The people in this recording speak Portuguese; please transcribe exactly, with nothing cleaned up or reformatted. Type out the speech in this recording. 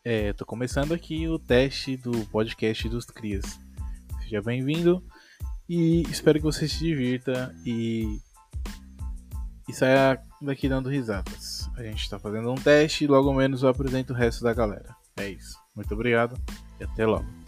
É, tô começando aqui o teste do podcast dos Crias. Seja bem-vindo e espero que você se divirta e, e saia daqui dando risadas. A gente tá fazendo um teste e logo menos eu apresento o resto da galera. É isso. Muito obrigado e até logo.